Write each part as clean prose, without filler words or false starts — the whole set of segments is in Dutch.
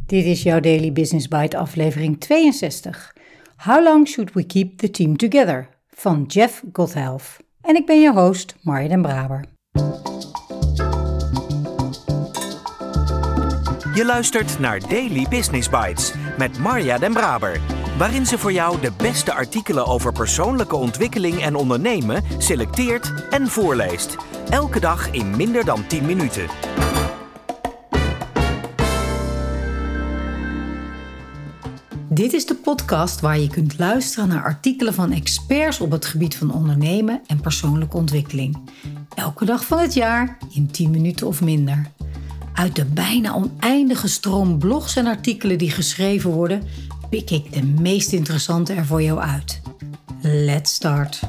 Dit is jouw Daily Business Bite aflevering 62. How long should we keep the team together? Van Jeff Gothelf. En ik ben je host, Marja den Braber. Je luistert naar Daily Business Bites met Marja den Braber, waarin ze voor jou de beste artikelen over persoonlijke ontwikkeling en ondernemen selecteert en voorleest. Elke dag in minder dan 10 minuten. Dit is de podcast waar je kunt luisteren naar artikelen van experts op het gebied van ondernemen en persoonlijke ontwikkeling. Elke dag van het jaar in 10 minuten of minder. Uit de bijna oneindige stroom blogs en artikelen die geschreven worden, pik ik de meest interessante er voor jou uit. Let's start.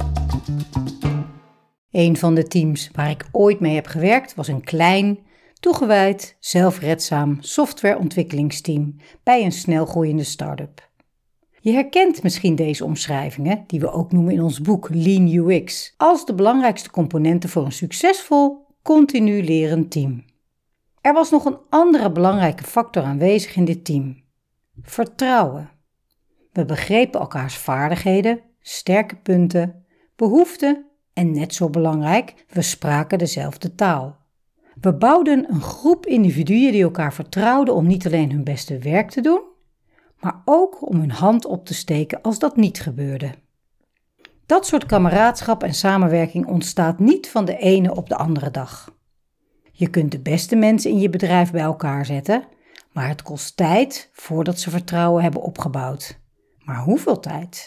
Een van de teams waar ik ooit mee heb gewerkt was een klein, toegewijd, zelfredzaam softwareontwikkelingsteam bij een snelgroeiende start-up. Je herkent misschien deze omschrijvingen, die we ook noemen in ons boek Lean UX, als de belangrijkste componenten voor een succesvol, continu lerend team. Er was nog een andere belangrijke factor aanwezig in dit team: vertrouwen. We begrepen elkaars vaardigheden, sterke punten, behoeften en net zo belangrijk, we spraken dezelfde taal. We bouwden een groep individuen die elkaar vertrouwden om niet alleen hun beste werk te doen, maar ook om hun hand op te steken als dat niet gebeurde. Dat soort kameraadschap en samenwerking ontstaat niet van de ene op de andere dag. Je kunt de beste mensen in je bedrijf bij elkaar zetten, maar het kost tijd voordat ze vertrouwen hebben opgebouwd. Maar hoeveel tijd?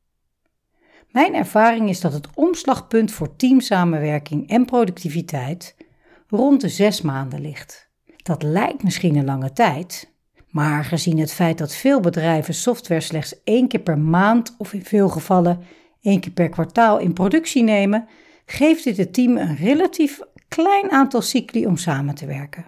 Mijn ervaring is dat het omslagpunt voor teamsamenwerking en productiviteit rond de 6 maanden ligt. Dat lijkt misschien een lange tijd, maar gezien het feit dat veel bedrijven software slechts 1 keer per maand of in veel gevallen 1 keer per kwartaal in productie nemen, geeft dit het team een relatief klein aantal cycli om samen te werken.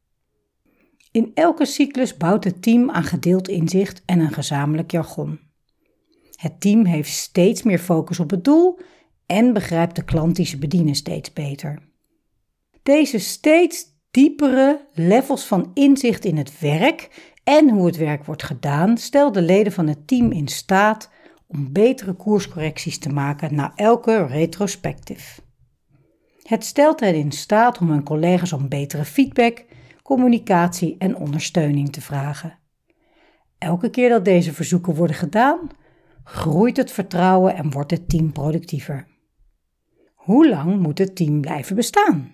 In elke cyclus bouwt het team aan gedeeld inzicht en een gezamenlijk jargon. Het team heeft steeds meer focus op het doel en begrijpt de klant die ze bedienen steeds beter. Deze steeds diepere levels van inzicht in het werk en hoe het werk wordt gedaan, stelt de leden van het team in staat om betere koerscorrecties te maken na elke retrospectief. Het stelt hen in staat om hun collega's om betere feedback, communicatie en ondersteuning te vragen. Elke keer dat deze verzoeken worden gedaan, groeit het vertrouwen en wordt het team productiever. Hoe lang moet het team blijven bestaan?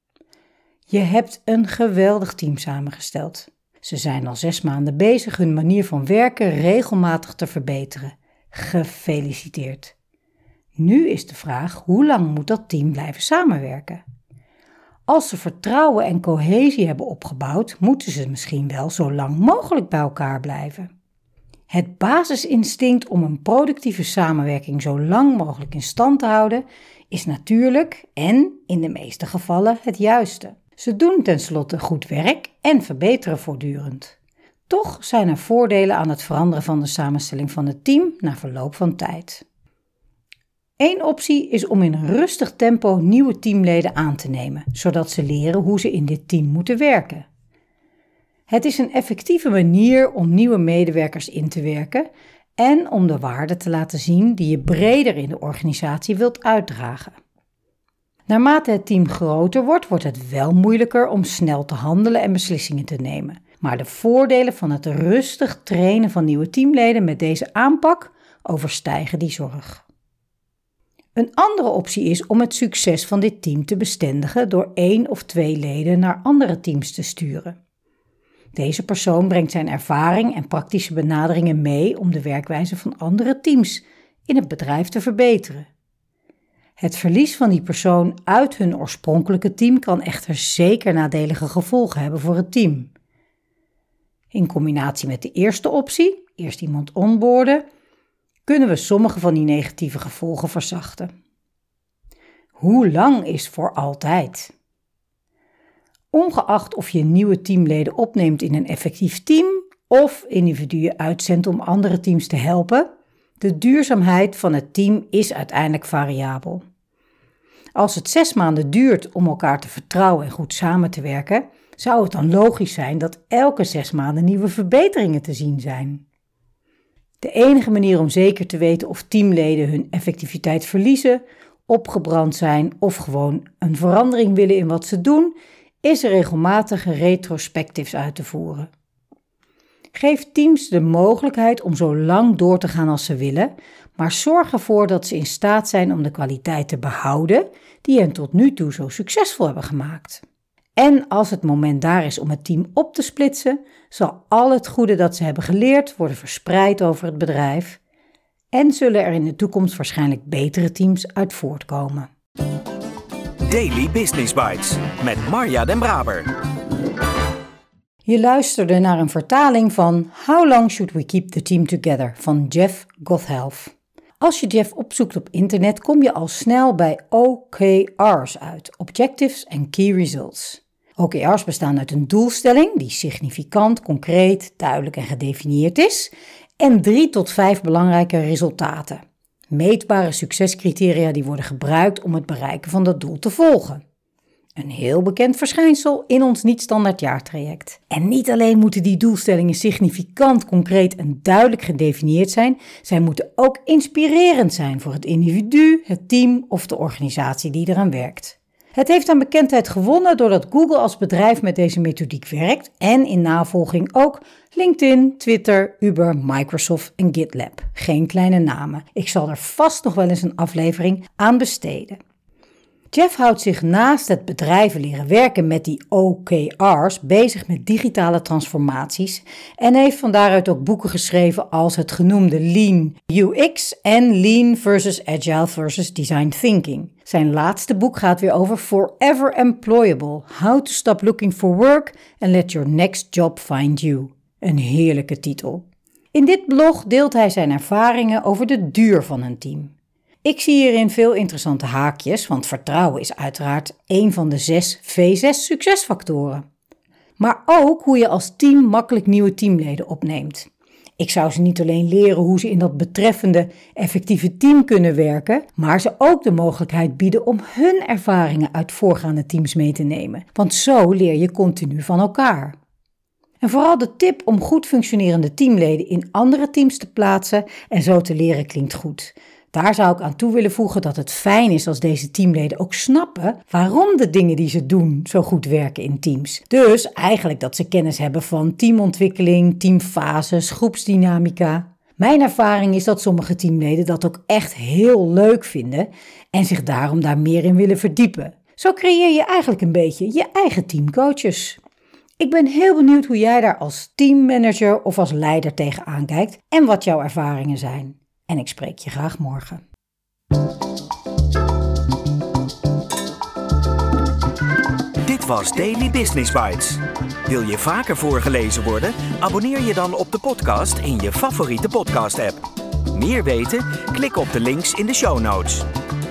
Je hebt een geweldig team samengesteld. Ze zijn al 6 maanden bezig hun manier van werken regelmatig te verbeteren. Gefeliciteerd. Nu is de vraag, hoe lang moet dat team blijven samenwerken? Als ze vertrouwen en cohesie hebben opgebouwd, moeten ze misschien wel zo lang mogelijk bij elkaar blijven. Het basisinstinct om een productieve samenwerking zo lang mogelijk in stand te houden, is natuurlijk en in de meeste gevallen het juiste. Ze doen tenslotte goed werk en verbeteren voortdurend. Toch zijn er voordelen aan het veranderen van de samenstelling van het team na verloop van tijd. Eén optie is om in een rustig tempo nieuwe teamleden aan te nemen, zodat ze leren hoe ze in dit team moeten werken. Het is een effectieve manier om nieuwe medewerkers in te werken en om de waarde te laten zien die je breder in de organisatie wilt uitdragen. Naarmate het team groter wordt, wordt het wel moeilijker om snel te handelen en beslissingen te nemen. Maar de voordelen van het rustig trainen van nieuwe teamleden met deze aanpak overstijgen die zorg. Een andere optie is om het succes van dit team te bestendigen door 1 of 2 leden naar andere teams te sturen. Deze persoon brengt zijn ervaring en praktische benaderingen mee om de werkwijze van andere teams in het bedrijf te verbeteren. Het verlies van die persoon uit hun oorspronkelijke team kan echter zeker nadelige gevolgen hebben voor het team. In combinatie met de eerste optie, eerst iemand onboarden, kunnen we sommige van die negatieve gevolgen verzachten. Hoe lang is voor altijd? Ongeacht of je nieuwe teamleden opneemt in een effectief team of individuen uitzendt om andere teams te helpen, de duurzaamheid van het team is uiteindelijk variabel. Als het 6 maanden duurt om elkaar te vertrouwen en goed samen te werken, zou het dan logisch zijn dat elke 6 maanden nieuwe verbeteringen te zien zijn. De enige manier om zeker te weten of teamleden hun effectiviteit verliezen, opgebrand zijn of gewoon een verandering willen in wat ze doen, is regelmatige retrospectives uit te voeren. Geef teams de mogelijkheid om zo lang door te gaan als ze willen, maar zorg ervoor dat ze in staat zijn om de kwaliteit te behouden die hen tot nu toe zo succesvol hebben gemaakt. En als het moment daar is om het team op te splitsen, zal al het goede dat ze hebben geleerd worden verspreid over het bedrijf en zullen er in de toekomst waarschijnlijk betere teams uit voortkomen. Daily Business Bites met Marja Den Braber. Je luisterde naar een vertaling van How Long Should We Keep the Team Together van Jeff Gothelf. Als je Jeff opzoekt op internet kom je al snel bij OKR's uit, Objectives and Key Results. OKR's bestaan uit een doelstelling die significant, concreet, duidelijk en gedefinieerd is en 3 tot 5 belangrijke resultaten. Meetbare succescriteria die worden gebruikt om het bereiken van dat doel te volgen. Een heel bekend verschijnsel in ons niet-standaard jaartraject. En niet alleen moeten die doelstellingen significant, concreet en duidelijk gedefinieerd zijn, zij moeten ook inspirerend zijn voor het individu, het team of de organisatie die eraan werkt. Het heeft aan bekendheid gewonnen doordat Google als bedrijf met deze methodiek werkt en in navolging ook LinkedIn, Twitter, Uber, Microsoft en GitLab. Geen kleine namen. Ik zal er vast nog wel eens een aflevering aan besteden. Jeff houdt zich naast het bedrijven leren werken met die OKR's bezig met digitale transformaties en heeft van daaruit ook boeken geschreven als het genoemde Lean UX en Lean versus Agile versus Design Thinking. Zijn laatste boek gaat weer over Forever Employable, How to Stop Looking for Work and Let Your Next Job Find You. Een heerlijke titel. In dit blog deelt hij zijn ervaringen over de duur van een team. Ik zie hierin veel interessante haakjes, want vertrouwen is uiteraard een van de 6 V6 succesfactoren. Maar ook hoe je als team makkelijk nieuwe teamleden opneemt. Ik zou ze niet alleen leren hoe ze in dat betreffende effectieve team kunnen werken, maar ze ook de mogelijkheid bieden om hun ervaringen uit voorgaande teams mee te nemen. Want zo leer je continu van elkaar. En vooral de tip om goed functionerende teamleden in andere teams te plaatsen en zo te leren klinkt goed. Daar zou ik aan toe willen voegen dat het fijn is als deze teamleden ook snappen waarom de dingen die ze doen zo goed werken in teams. Dus eigenlijk dat ze kennis hebben van teamontwikkeling, teamfases, groepsdynamica. Mijn ervaring is dat sommige teamleden dat ook echt heel leuk vinden en zich daarom daar meer in willen verdiepen. Zo creëer je eigenlijk een beetje je eigen teamcoaches. Ik ben heel benieuwd hoe jij daar als teammanager of als leider tegenaan kijkt en wat jouw ervaringen zijn. En ik spreek je graag morgen. Dit was Daily Business Bites. Wil je vaker voorgelezen worden? Abonneer je dan op de podcast in je favoriete podcast-app. Meer weten? Klik op de links in de show notes.